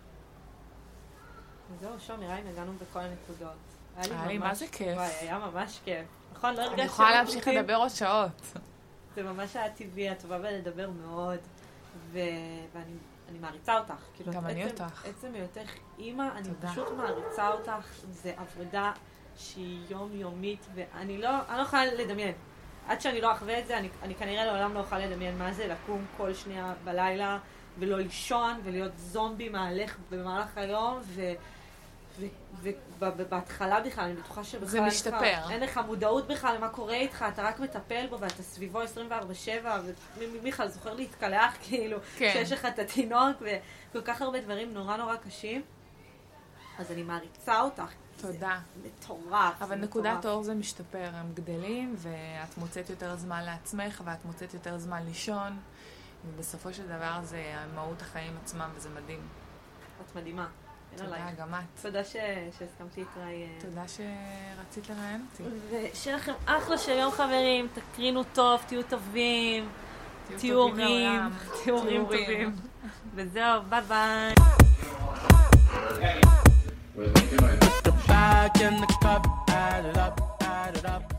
וזהו, שום, נראה אם הגענו בכל הנקודות.
היה לי מה זה כיף.
וואי, היה ממש כיף. נכון, לא הרגשתי...
אני יכולה להמשיך לדבר עוד שעות.
זה ממש היה טבעי, את טובה בלדבר מאוד, ואני מעריצה אותך.
גם אני אותך.
עצם היותך אימא, אני פשוט מעריצה אותך. זה עבודה שהיא יומיומית, ואני לא יכולה לדמיין. עד שאני לא אחווה את זה, אני כנראה לעולם לא יכולה לדמיין מה זה לקום כל שנייה בלילה, ולא לישון, ולהיות זומבי מהלך במהלך היום, ו... ובהתחלה בכלל, אני בטוחה שבכלל...
זה משתפר.
אין לך מודעות בכלל למה קורה איתך, אתה רק מטפל בו ואתה סביבו עשרים וארבע שבע, ומיכל זוכר להתקלח כאילו, שיש לך את התינוק, וכל כך הרבה דברים נורא נורא קשים. אז אני מעריצה אותך.
תודה.
זה מטורף.
אבל נקודת האור זה משתפר, הם גדלים, ואת מוצאת יותר זמן לעצמך, ואת מוצאת יותר זמן לישון, ובסופו של דבר זה מהות החיים עצמם, וזה מדהים.
את מדהימה.
תודה, גם את.
תודה שהסכמתי להתראיין.
תודה שרצית לראיין אותי.
ושיהיה לכם אחלה של יום חברים, תקרינו טוב, תהיו טובים, תהיו הורים, תהיו הורים טובים. וזהו, ביי ביי. The bag in the cup, add it up, add it up.